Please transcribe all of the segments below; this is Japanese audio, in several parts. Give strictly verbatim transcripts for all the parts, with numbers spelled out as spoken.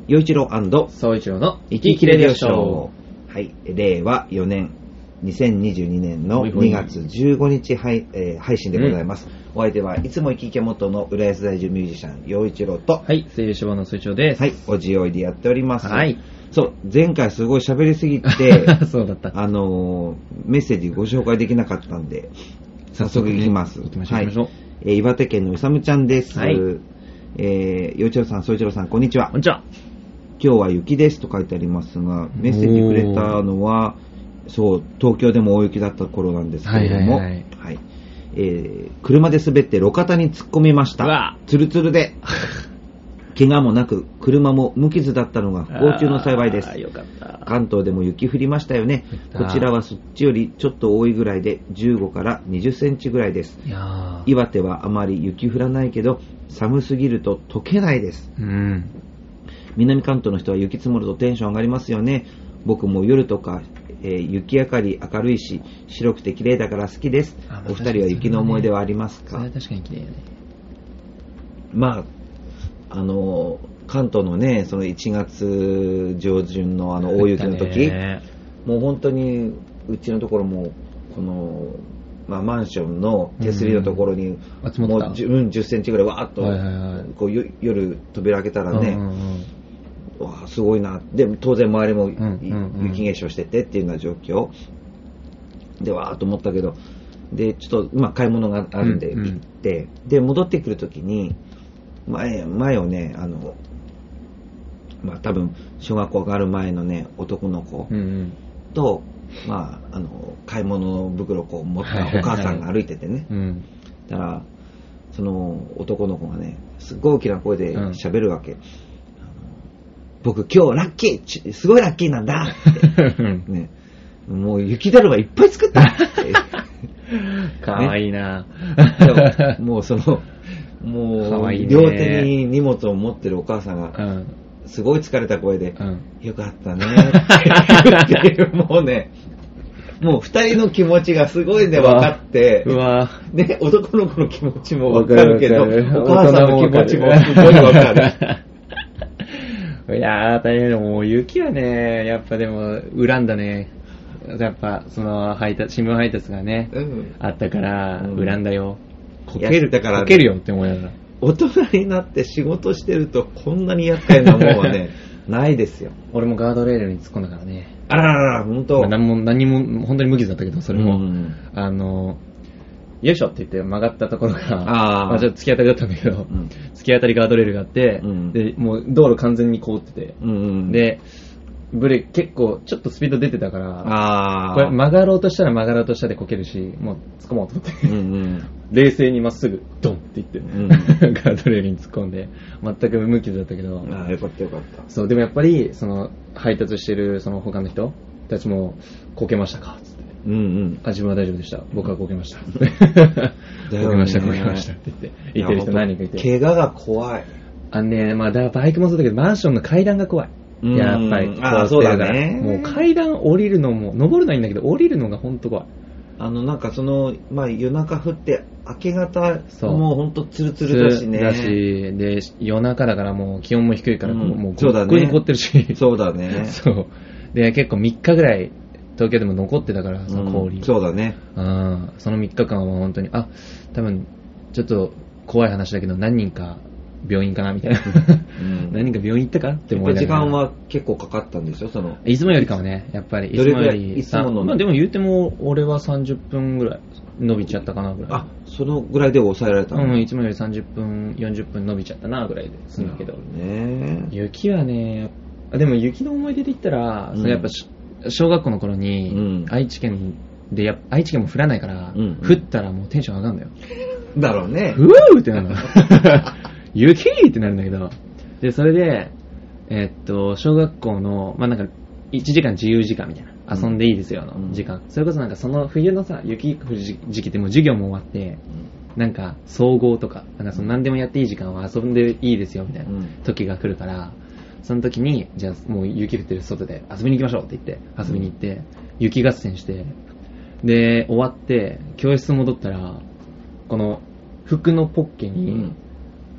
陽一郎& 総一郎の生き生きレディオショー。はい、れいわよねんにせんにじゅうにねんのにがつじゅうごにち配、えー、配信でございます、うん、お相手はいつも生き生き元の浦安在住ミュージシャン陽一郎と、 はい、声優志望の総一郎です。 はい、おじおいでやっております。 はい、 そう、前回すごい喋りすぎてそうだった。 あのー、メッセージご紹介できなかったんで早速いきます。 行きましょう、行きましょう。 えー、岩手県のいさむちゃんです。 はい、 えー、陽一郎さん、総一郎さん、こんにちは。 こんにちは。 今日は雪ですと書いてありますが、メッセージくれたのは、そう、東京でも大雪だった頃なんですけれども、はいはいはいはい、えー、車で滑って路肩に突っ込みました。ツルツルで怪我もなく車も無傷だったのが不幸中の幸いです。 よかった。 関東でも雪降りましたよね。こちらはそっちよりちょっと多いぐらいでじゅうごからにじゅっセンチぐらいです。いや、岩手はあまり雪降らないけど寒すぎると溶けないです。うん、南関東の人は雪積もるとテンション上がりますよね。僕も夜とか、えー、雪明かり明るいし白くて綺麗だから好きです。お二人は雪の思い出はありますか？ それは確かに綺麗よね。 まああの関東のね、そのいちがつ上旬のあの大雪の時、もう本当にうちのところもこの、まあ、マンションの手すりのところに、うん、もう じゅっセンチぐらいわーっと、はいはいはい、こう夜扉開けたらね、うんうんうん、わーすごいな。でも当然周りも、うんうんうん、雪化粧しててっていうような状況でわーっと思ったけど、でちょっと、まあ、買い物があるんで行って、うんうん、で戻ってくる時に前, 前をね、あの、まあ多分小学校上がる前のね男の子と、うんうん、まああの買い物の袋をこう持ったお母さんが歩いててね、はいはいはい、だからその男の子がねすっごい大きな声で喋るわけ、うん、僕今日ラッキーすごいラッキーなんだって、ね、もう雪だるまいっぱい作ったってかわいいな、 ね、もうそのもういい、ね、両手に荷物を持ってるお母さんが、うん、すごい疲れた声で、うん、よかったねっていうもうね、もう二人の気持ちがすごいね分かって、うわね、男の子の気持ちも分かるけど、お母さんの気持ちもすごい分かる。いやー大変だ。もう雪はね、やっぱでも恨んだね。やっぱその配達新聞配達がね、うん、あったから恨んだよ。こけるだから、ね、こけるよって思いながら。 大人になって仕事してるとこんなに厄介なもんはねないですよ。 俺もガードレールに突っ込んだからね。 あららら、本当。 まあ、何も何も本当に無傷だったけど、それも、うん、あのよいしょって言って曲がったところが、あ、まあ、ちょっと突き当たりだったんだけど、うん、突き当たりガードレールがあって、うん、でもう道路完全に凍ってて、うんうん、でブレ結構ちょっとスピード出てたから、あ、これ曲がろうとしたら曲がろうとしたでこけるし、もう突っ込もうと思って、うんうん、冷静にまっすぐドンっていって、うん、ガードレールに突っ込んで全く無傷だったけど、 あ、よかったよかった。 そう、でもやっぱりその配達してるその他の人たちもこけましたかっつって、うんうん、あ、自分は大丈夫でした、僕はこけましたこけましたこけましたって言って言ってる人何人かいて、 怪我が怖い。 あのね、まあだバイクもそうだけどマンションの階段が怖い。やっぱりあ、そうだね。 もう階段降りるのも登るのはいいんだけど降りるのが本当怖い。 あのなんかその、まあ、夜中降って明け方もう本当ツルツルだしね。 だしで夜中だからもう気温も低いから、うん、もうここに凍ってるし。 そうだね。 そうで結構みっかぐらい東京でも残ってたからその氷、 うん、そうだね。 うん、そのみっかかんはもう本当にあ多分ちょっと怖い話だけど何人か病院かなみたいな、うん、何人か病院行ったかって思いながら。 時間は結構かかったんですよ、そのいつもよりかはね、やっぱりいつもよりいつもの、まあ、でも言うても俺はさんじゅっぷんぐらい伸びちゃったかなぐらい。 あ、そのぐらいで抑えられたの？ うん、いつもよりさんじゅっぷんよんじゅっぷん伸びちゃったなぐらいで済んだけど、ね、雪はね、でも雪の思い出で言ったら、うん、それやっぱ小学校の頃に、うん、愛知県でや愛知県も降らないから、うんうん、降ったらもうテンション上がるんだよ。 だろうね。 うーってなるの雪ってなるんだけど、でそれでえー、っと小学校のまあなんかいちじかん自由時間みたいな、遊んでいいですよの時間、うん、それこそなんかその冬のさ雪降る時期ってもう授業も終わって、うん、なんか総合とかなんかその何でもやっていい時間は遊んでいいですよみたいな時が来るから、その時にじゃあもう雪降ってる外で遊びに行きましょうって言って遊びに行って、うん、雪合戦して、で終わって教室戻ったらこの服のポッケに、うん、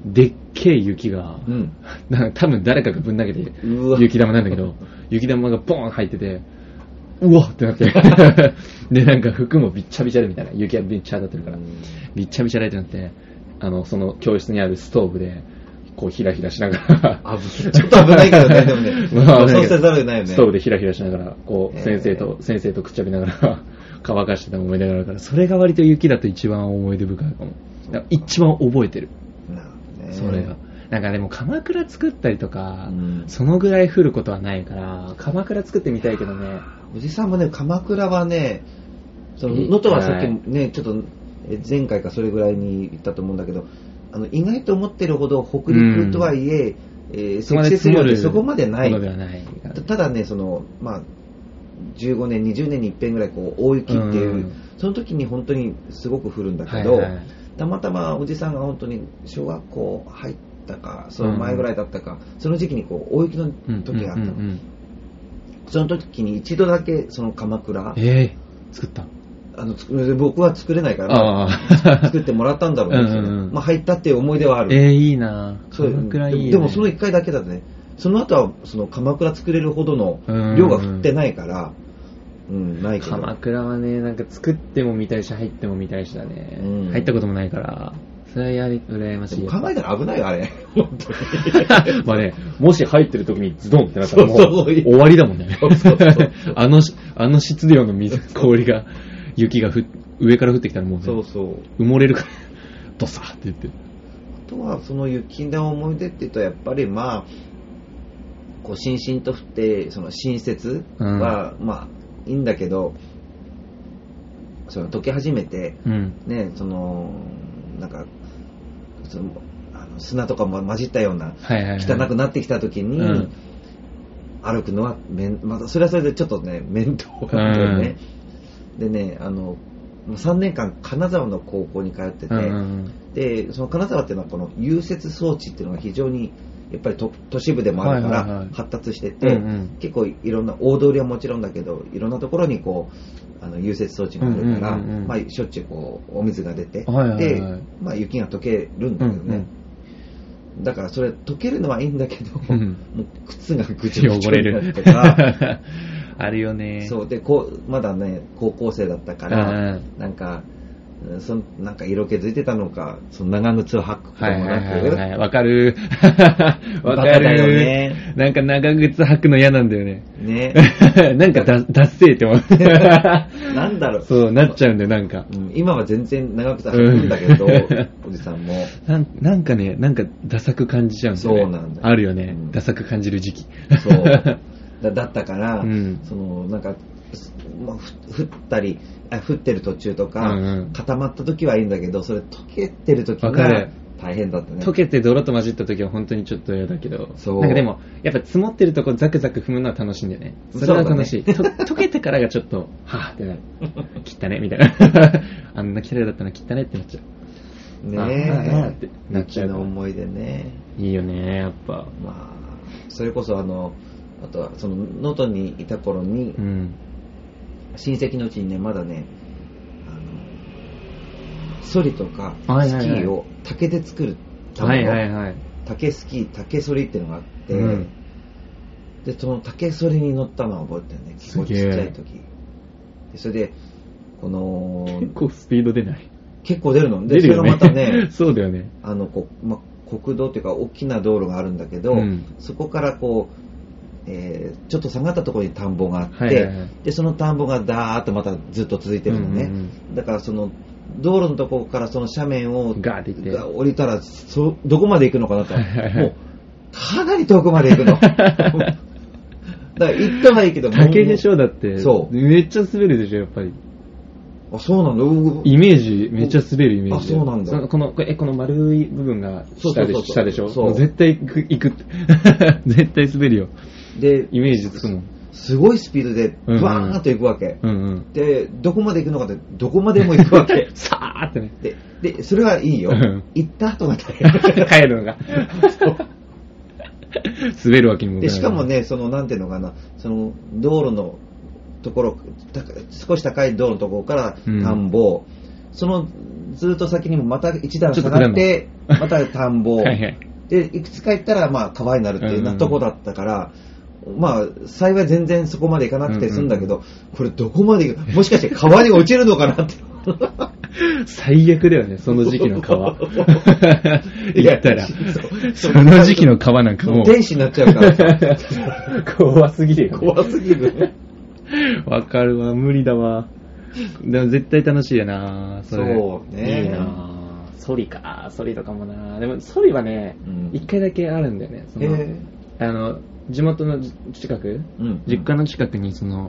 でっけえ雪が、 うん、 なんか多分誰かがぶん投げて雪玉なんだけど、雪玉がボーン入ってて、うわってなってでなんか服もびっちゃびちゃでみたいな、雪がびっちゃ当たってるから、びっちゃびちゃでってなって、あのその教室にあるストーブでこうヒラヒラしながらあちょっと危ないけどね、でもね、まあ、そうせざるを得ないよね。 ストーブでヒラヒラしながらこう先生と、えー、先生とくっちゃべながら乾かしてた思い出があるから、それが割と雪だと一番思い出深いかも。一番覚えてる。なるほどね。それが。なんかでも鎌倉作ったりとか、うん、そのぐらい降ることはないから、鎌倉作ってみたいけどね。 おじさんもね、鎌倉はね、その能登はさっきね、ちょっと前回かそれぐらいに言ったと思うんだけど、あの意外と思ってるほど北陸とはいえ、うんえー、積雪量ってそこまでない。 ないただね、その、まあ、じゅうごねん、にじゅうねんに一遍ぐらいこう大雪っていう、うん、その時に本当にすごく降るんだけど、はいはい、たまたまおじさんが本当に小学校入ったか、その前ぐらいだったか、うん、その時期にこう大雪の時があったの、うんうんうんうん、その時に一度だけその鎌倉、 えー、作ったあの僕は作れないから、作ってもらったんだろうね、うんうんうん、まあ、入ったっていう思い出はある。 えー、いいな鎌倉いい、ね、 でもそのいっかいだけだね。その後はその鎌倉作れるほどの量が降ってないから、うん、ないけど。 鎌倉はね、なんか作っても見たいし入っても見たいしだね、うん、入ったこともないからそれはやり羨ましい。 考えたら危ないよあれ本当にまあね、もし入ってる時にズドンってなったらもう終わりだもんね。そうそうそうそうあのあの質量の水氷が雪がふ上から降ってきたらもうね、 そうそう埋もれるからドサーって言って。 あとはその雪の思い出って言うとやっぱりまあこうしんしんと降ってその新雪は、うん、まあいいんだけど、その溶け始めて、うん、ね、そのなんかそのあの砂とかも混じったような、はいはいはい、汚くなってきた時に、うん、歩くのはめん、またそれはそれでちょっとね面倒なんだよね、うん、でね、あのさんねんかん金沢の高校に通ってて、うん、でその金沢っていうのはこの融雪装置っていうのが非常にやっぱり都市部でもあるから発達してて、はいはいはい、結構いろんな大通りはもちろんだけどいろんなところにこうあの融雪装置があるから、うんうんうんうん、まあ、しょっちゅうこうお水が出て、はいはいはい、で、まあ、雪が溶けるんだけどね、うんうん、だからそれ溶けるのはいいんだけど、うん、もう靴がぐちゃぐちゃになるとかあるよね。 そうでこうまだね高校生だったから、なんかそのなんか色気づいてたのか、その長靴を履くこともなく、 はいはいはいはい、わかるわかるよね。なんか長靴履くの嫌なんだよね。ね。なんかだダッセーって思って。 なんだろう。 そうなっちゃうんだよなんか、 うん。今は全然長靴履くんだけど、うん、おじさんもなん。なんかね、なんかダサく感じちゃうんだよね。そうなんだよ。あるよね、うん。ダサく感じる時期。 そうだ。だったから、うん、そのなんか。まあ、降ったり降ってる途中とか、うんうん、固まった時はいいんだけど、それ溶けてる時が大変だったね。 溶けて泥と混じった時は本当にちょっと嫌だけど、そうなんかでもやっぱ積もってるとこザクザク踏むのは楽しいんだよね。それは楽しい、ね、と溶けてからがちょっとはぁってなる切ったねみたいなあんな綺麗だったの切ったねってなっちゃうねえあってなっちゃうの思い出ね。 いいよねやっぱ。 まあそれこそあのあとはその能登にいた頃に、うん、親戚のうちにねまだねあのソリとかスキーを竹で作るための、はいはいはい、竹スキー竹ソリっていうのがあって、うん、でその竹ソリに乗ったのは覚えてるね。結構ちっちゃい時で、それでこの結構スピード出ない。 結構出るので出るよ、ね、それがまたねそうだよね。 あのこ、ま、国道っていうか大きな道路があるんだけど、うん、そこからこうえー、ちょっと下がったところに田んぼがあって、はいはいはい、でその田んぼがダーッとまたずっと続いてるのね、うんうんうん、だからその道路のところからその斜面をガーって行って降りたらそどこまで行くのかなと、はいはいはい、もうかなり遠くまで行くのだから行ったはいいけど竹でしょだってそうめっちゃ滑るでしょやっぱり。 あ、そうなんだ。 イメージめっちゃ滑るイメージ。 あ、そうなんだ。 そのこのえこの丸い部分が下で下でしょ。そう。絶対行く行く絶対滑るよ。でイメージつくもん。 すごいスピードでバーンと行くわけ、うんうん、でどこまで行くのかってどこまでも行くわけさーってね。 ででそれはいいよ、うん、行った後が大変帰るのが滑るわけにもいかない。 でしかもねそのなんていうのかな、その道路のところ少し高い道路のところから田んぼ、うん、そのずっと先にもまた一段下がって、また田んぼ。はいはい、で、いくつか行ったら、まあ、川になるっていうようなとこだったから、うんうん、まあ、幸い全然そこまで行かなくて済んだけど、うんうん、これどこまで行く、もしかして川に落ちるのかなって。 最悪だよね、その時期の川。言ったら。その時期の川なんかもう。 天使になっちゃうからさ。 怖すぎるよ、 ね。怖すぎる。 わかるわ、無理だわ。でも絶対楽しいよな、それ。 そうね。 いいな。ソリか、ソリとかもな。でもソリはね、一、うん、回だけあるんだよね。そのあの地元の近く、うん、実家の近くにその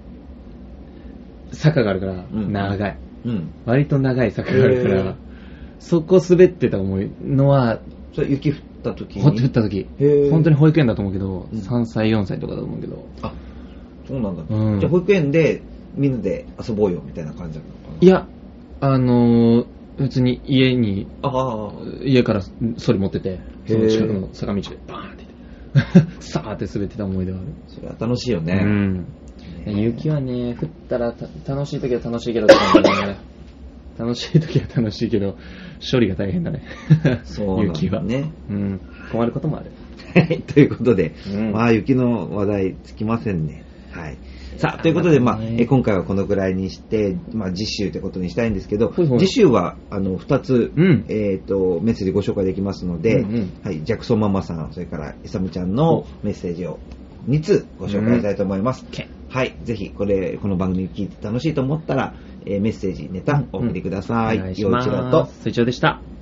坂があるから、うん、長い、うん。割と長い坂があるから、そこ滑ってた思いのは、 それ雪降った時に降った時。本当に保育園だと思うけど、うん、さんさい、よんさいとかだと思うけど。 あ、そうなんだ。うん、じゃあ保育園でみんなで遊ぼうよみたいな感じなのかな。 いや、あのー、別に家に、あ家からそれ持ってて、その近くの坂道でバーンって言って、さーって滑ってた思い出がある。 それは楽しいよね。うん。 雪はね、降ったら楽しい時は楽しいけど、ね、楽しい時は楽しいけど、処理が大変だね。そうなんだね。雪は。ね。うん。困ることもある。 はい。ということで、うん、まあ雪の話題つきませんね。はい。さあ、ということで、まあ、え今回はこのぐらいにして、まあ、次週ということにしたいんですけど、はいはい、次週は、あの、二つ、うん、えっ、ー、と、メッセージご紹介できますので、うんうん、はい、ジャクソンママさん、それから、イサムちゃんのメッセージをにつご紹介したいと思います。うん、はい、ぜひ、これ、この番組聞いて楽しいと思ったら、えー、メッセージ、ネタ、お送りください。 うん、お願いします。陽一郎と、水長でした。